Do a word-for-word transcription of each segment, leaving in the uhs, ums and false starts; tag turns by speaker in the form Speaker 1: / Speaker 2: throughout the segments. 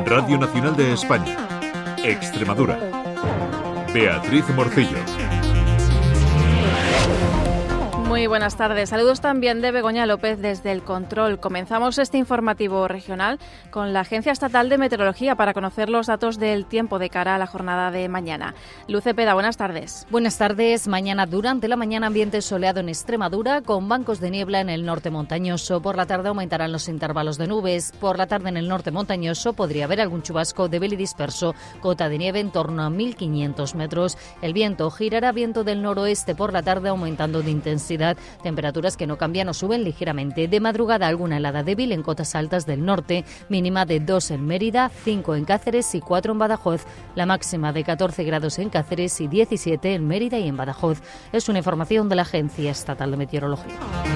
Speaker 1: Radio Nacional de España, Extremadura. Beatriz Morcillo.
Speaker 2: Muy buenas tardes. Saludos también de Begoña López desde el control. Comenzamos este informativo regional con la Agencia Estatal de Meteorología para conocer los datos del tiempo de cara a la jornada de mañana. Luz Cepeda, buenas tardes.
Speaker 3: Buenas tardes. Mañana durante la mañana ambiente soleado en Extremadura con bancos de niebla en el norte montañoso. Por la tarde aumentarán los intervalos de nubes. Por la tarde en el norte montañoso podría haber algún chubasco débil y disperso. Cota de nieve en torno a mil quinientos metros. El viento girará viento del noroeste por la tarde aumentando de intensidad. Temperaturas que no cambian o suben ligeramente. De madrugada alguna helada débil en cotas altas del norte, mínima de dos en Mérida, cinco en Cáceres y cuatro en Badajoz. La máxima de catorce grados en Cáceres y diecisiete en Mérida y en Badajoz. Es una información de la Agencia Estatal de Meteorología.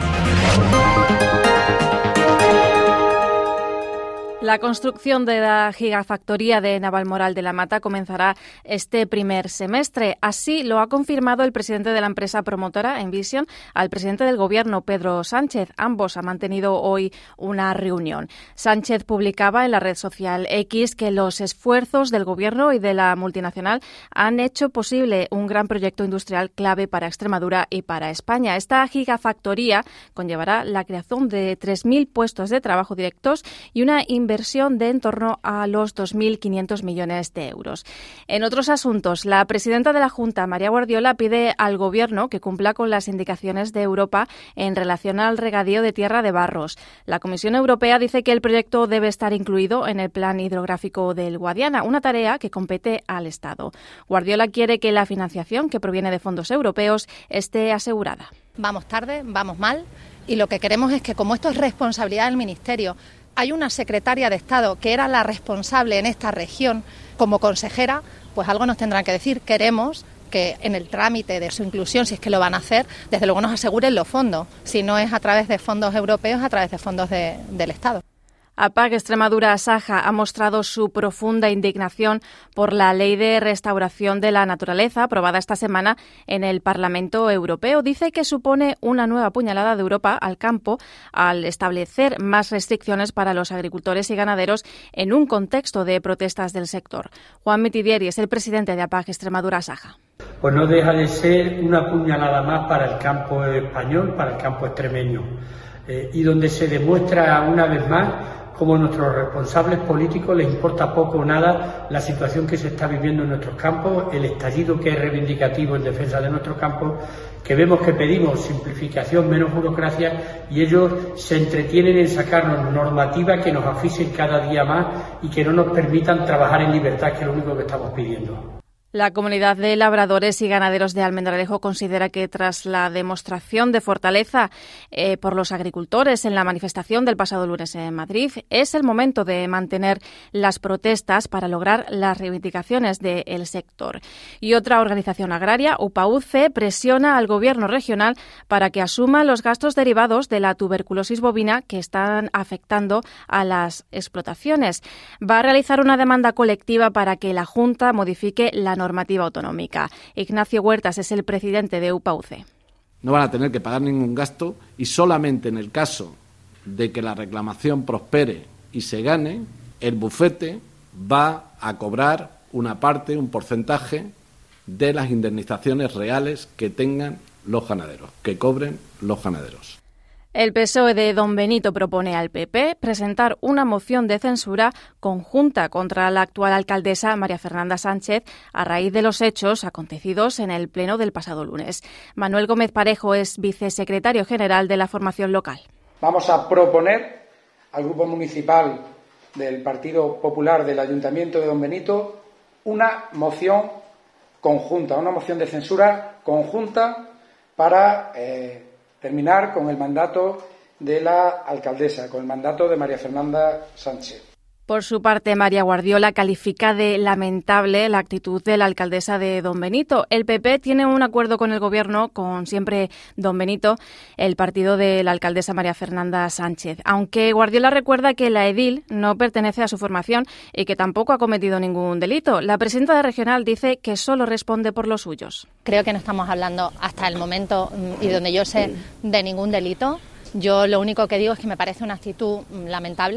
Speaker 2: La construcción de la gigafactoría de Navalmoral de la Mata comenzará este primer semestre. Así lo ha confirmado el presidente de la empresa promotora, Envision, al presidente del Gobierno, Pedro Sánchez. Ambos han mantenido hoy una reunión. Sánchez publicaba en la red social X que los esfuerzos del Gobierno y de la multinacional han hecho posible un gran proyecto industrial clave para Extremadura y para España. Esta gigafactoría conllevará la creación de tres mil puestos de trabajo directos y una inversión inversión de en torno a los dos mil quinientos millones de euros. En otros asuntos, la presidenta de la Junta, María Guardiola, pide al Gobierno que cumpla con las indicaciones de Europa en relación al regadío de tierra de barros. La Comisión Europea dice que el proyecto debe estar incluido en el plan hidrográfico del Guadiana, una tarea que compete al Estado. Guardiola quiere que la financiación que proviene de fondos europeos esté asegurada.
Speaker 4: Vamos tarde, vamos mal, y lo que queremos es que, como esto es responsabilidad del Ministerio, hay una secretaria de Estado que era la responsable en esta región como consejera, pues algo nos tendrán que decir. Queremos que en el trámite de su inclusión, si es que lo van a hacer, desde luego nos aseguren los fondos. Si no es a través de fondos europeos, a través de fondos de, del Estado.
Speaker 2: APAC Extremadura Saja ha mostrado su profunda indignación por la Ley de Restauración de la Naturaleza aprobada esta semana en el Parlamento Europeo. Dice que supone una nueva puñalada de Europa al campo al establecer más restricciones para los agricultores y ganaderos en un contexto de protestas del sector. Juan Mitidieri es el presidente de APAC Extremadura Saja.
Speaker 5: Pues no deja de ser una puñalada más para el campo español, para el campo extremeño, eh, y donde se demuestra una vez más como a nuestros responsables políticos les importa poco o nada la situación que se está viviendo en nuestros campos, el estallido que es reivindicativo en defensa de nuestros campos, que vemos que pedimos simplificación, menos burocracia, y ellos se entretienen en sacarnos normativas que nos asfixien cada día más y que no nos permitan trabajar en libertad, que es lo único que estamos pidiendo.
Speaker 2: La comunidad de labradores y ganaderos de Almendralejo considera que tras la demostración de fortaleza eh, por los agricultores en la manifestación del pasado lunes en Madrid, es el momento de mantener las protestas para lograr las reivindicaciones del sector. Y otra organización agraria, UPAUCE, presiona al gobierno regional para que asuma los gastos derivados de la tuberculosis bovina que están afectando a las explotaciones. Va a realizar una demanda colectiva para que la Junta modifique la normativa autonómica. Ignacio Huertas es el presidente de UPAUCE.
Speaker 6: No van a tener que pagar ningún gasto y solamente en el caso de que la reclamación prospere y se gane, el bufete va a cobrar una parte, un porcentaje de las indemnizaciones reales que tengan los ganaderos, que cobren los ganaderos.
Speaker 2: El P S O E de Don Benito propone al P P presentar una moción de censura conjunta contra la actual alcaldesa María Fernanda Sánchez a raíz de los hechos acontecidos en el pleno del pasado lunes. Manuel Gómez Parejo es vicesecretario general de la formación local.
Speaker 7: Vamos a proponer al Grupo Municipal del Partido Popular del Ayuntamiento de Don Benito una moción conjunta, una moción de censura conjunta para Eh, terminar con el mandato de la alcaldesa, con el mandato de María Fernanda Sánchez.
Speaker 2: Por su parte, María Guardiola califica de lamentable la actitud de la alcaldesa de Don Benito. El P P tiene un acuerdo con el Gobierno, con siempre Don Benito, el partido de la alcaldesa María Fernanda Sánchez. Aunque Guardiola recuerda que la edil no pertenece a su formación y que tampoco ha cometido ningún delito. La presidenta de Regional dice que solo responde por los suyos.
Speaker 4: Creo que no estamos hablando hasta el momento, y donde yo sé, de ningún delito. Yo lo único que digo es que me parece una actitud lamentable,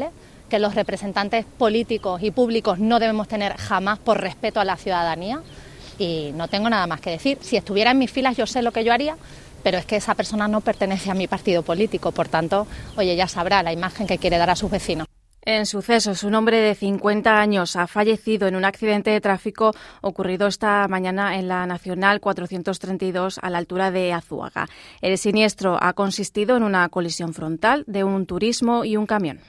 Speaker 4: que los representantes políticos y públicos no debemos tener jamás por respeto a la ciudadanía. Y no tengo nada más que decir. Si estuviera en mis filas yo sé lo que yo haría, pero es que esa persona no pertenece a mi partido político. Por tanto, oye, ya sabrá la imagen que quiere dar a sus vecinos.
Speaker 2: En sucesos, un hombre de cincuenta años ha fallecido en un accidente de tráfico ocurrido esta mañana en la Nacional cuatrocientos treinta y dos a la altura de Azuaga. El siniestro ha consistido en una colisión frontal de un turismo y un camión.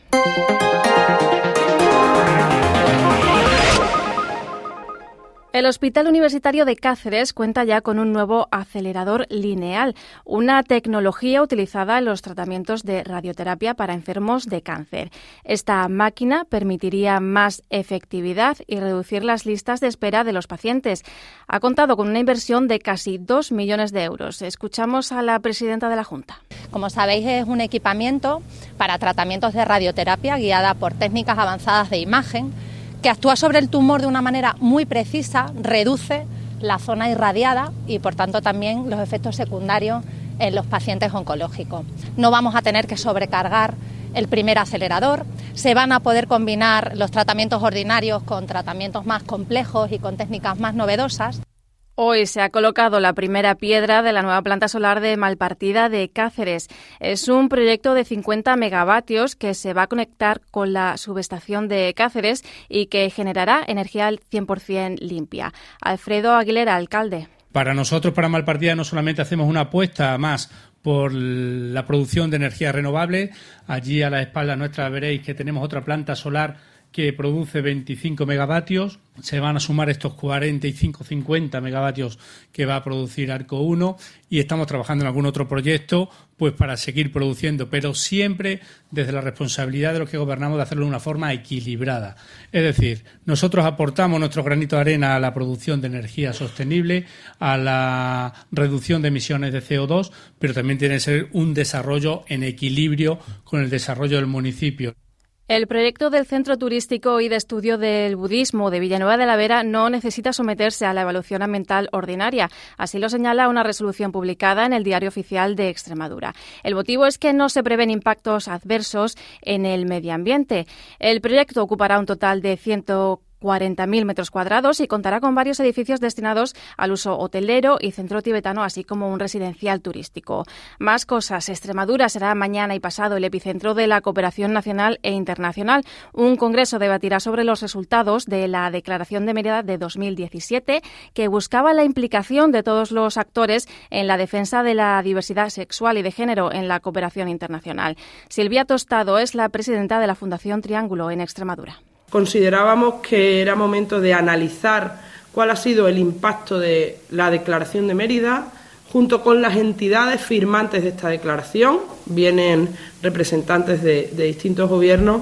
Speaker 2: El Hospital Universitario de Cáceres cuenta ya con un nuevo acelerador lineal, una tecnología utilizada en los tratamientos de radioterapia para enfermos de cáncer. Esta máquina permitiría más efectividad y reducir las listas de espera de los pacientes. Ha contado con una inversión de casi dos millones de euros. Escuchamos a la presidenta de la Junta.
Speaker 4: Como sabéis, es un equipamiento para tratamientos de radioterapia guiada por técnicas avanzadas de imagen, que actúa sobre el tumor de una manera muy precisa, reduce la zona irradiada y, por tanto, también los efectos secundarios en los pacientes oncológicos. No vamos a tener que sobrecargar el primer acelerador, se van a poder combinar los tratamientos ordinarios con tratamientos más complejos y con técnicas más novedosas.
Speaker 2: Hoy se ha colocado la primera piedra de la nueva planta solar de Malpartida de Cáceres. Es un proyecto de cincuenta megavatios que se va a conectar con la subestación de Cáceres y que generará energía cien por ciento limpia. Alfredo Aguilera, alcalde.
Speaker 8: Para nosotros, para Malpartida, no solamente hacemos una apuesta más por la producción de energía renovable. Allí a la espalda nuestra veréis que tenemos otra planta solar que produce veinticinco megavatios, se van a sumar estos cuarenta y cinco cincuenta megavatios que va a producir Arco uno y estamos trabajando en algún otro proyecto pues para seguir produciendo, pero siempre desde la responsabilidad de los que gobernamos de hacerlo de una forma equilibrada. Es decir, nosotros aportamos nuestro granito de arena a la producción de energía sostenible, a la reducción de emisiones de C O dos, pero también tiene que ser un desarrollo en equilibrio con el desarrollo del municipio.
Speaker 2: El proyecto del Centro Turístico y de Estudio del Budismo de Villanueva de la Vera no necesita someterse a la evaluación ambiental ordinaria. Así lo señala una resolución publicada en el Diario Oficial de Extremadura. El motivo es que no se prevén impactos adversos en el medio ambiente. El proyecto ocupará un total de ciento cuarenta mil metros cuadrados y contará con varios edificios destinados al uso hotelero y centro tibetano, así como un residencial turístico. Más cosas. Extremadura será mañana y pasado el epicentro de la cooperación nacional e internacional. Un congreso debatirá sobre los resultados de la Declaración de Mérida de dos mil diecisiete, que buscaba la implicación de todos los actores en la defensa de la diversidad sexual y de género en la cooperación internacional. Silvia Tostado es la presidenta de la Fundación Triángulo en Extremadura.
Speaker 9: Considerábamos que era momento de analizar cuál ha sido el impacto de la Declaración de Mérida junto con las entidades firmantes de esta declaración. Vienen representantes de, de distintos gobiernos.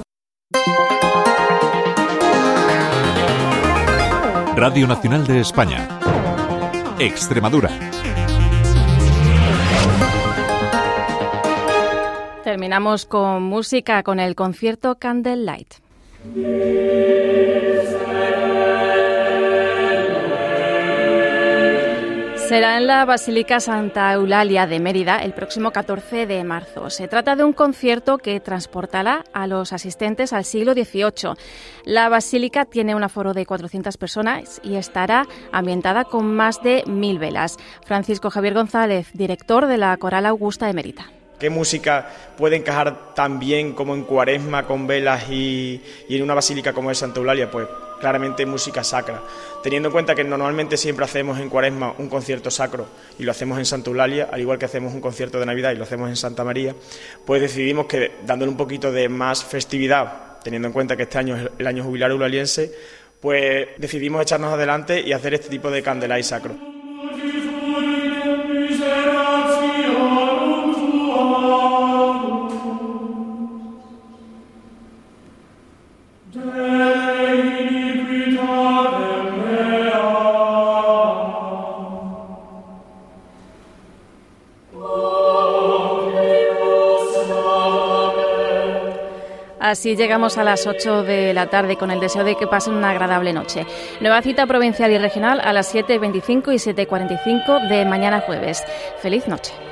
Speaker 1: Radio Nacional de España. Extremadura.
Speaker 2: Terminamos con música, con el concierto Candlelight. Será en la Basílica Santa Eulalia de Mérida el próximo catorce de marzo. Se trata de un concierto que transportará a los asistentes al siglo dieciocho. La basílica tiene un aforo de cuatrocientas personas y estará ambientada con más de mil velas. Francisco Javier González, director de la Coral Augusta de Mérida.
Speaker 10: ¿Qué música puede encajar tan bien como en Cuaresma con velas y, y en una basílica como es Santa Eulalia? Pues claramente música sacra. Teniendo en cuenta que normalmente siempre hacemos en Cuaresma un concierto sacro y lo hacemos en Santa Eulalia, al igual que hacemos un concierto de Navidad y lo hacemos en Santa María, pues decidimos que dándole un poquito de más festividad, teniendo en cuenta que este año es el año jubilar eulaliense, pues decidimos echarnos adelante y hacer este tipo de candela y sacro.
Speaker 2: Así llegamos a las ocho de la tarde con el deseo de que pasen una agradable noche. Nueva cita provincial y regional a las siete y veinticinco y siete y cuarenta y cinco de mañana jueves. ¡Feliz noche!